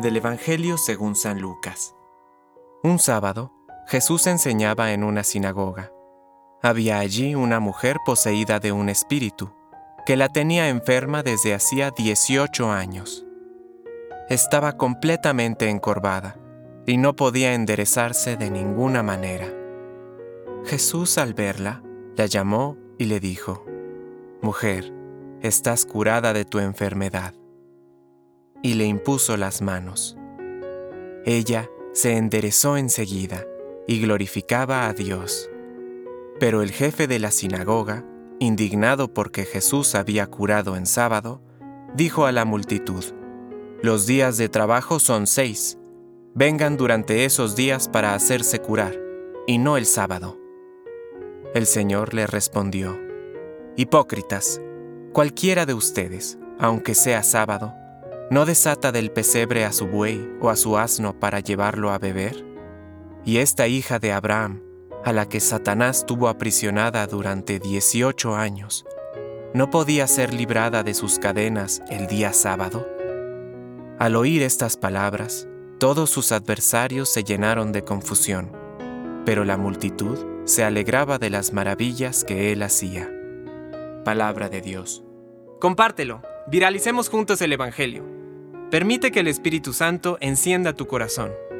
Del Evangelio según San Lucas. Un sábado, Jesús enseñaba en una sinagoga. Había allí una mujer poseída de un espíritu, que la tenía enferma desde hacía 18 años. Estaba completamente encorvada y no podía enderezarse de ninguna manera. Jesús, al verla, la llamó y le dijo: «Mujer, estás curada de tu enfermedad». Y le impuso las manos. Ella se enderezó enseguida y glorificaba a Dios. Pero el jefe de la sinagoga, indignado porque Jesús había curado en sábado, dijo a la multitud: «Los días de trabajo son 6. Vengan durante esos días para hacerse curar, y no el sábado». El Señor le respondió: «Hipócritas, cualquiera de ustedes, aunque sea sábado, ¿no desata del pesebre a su buey o a su asno para llevarlo a beber? Y esta hija de Abraham, a la que Satanás tuvo aprisionada durante 18 años, ¿no podía ser librada de sus cadenas el día sábado?». Al oír estas palabras, todos sus adversarios se llenaron de confusión, pero la multitud se alegraba de las maravillas que él hacía. Palabra de Dios. Compártelo, viralicemos juntos el Evangelio. Permite que el Espíritu Santo encienda tu corazón.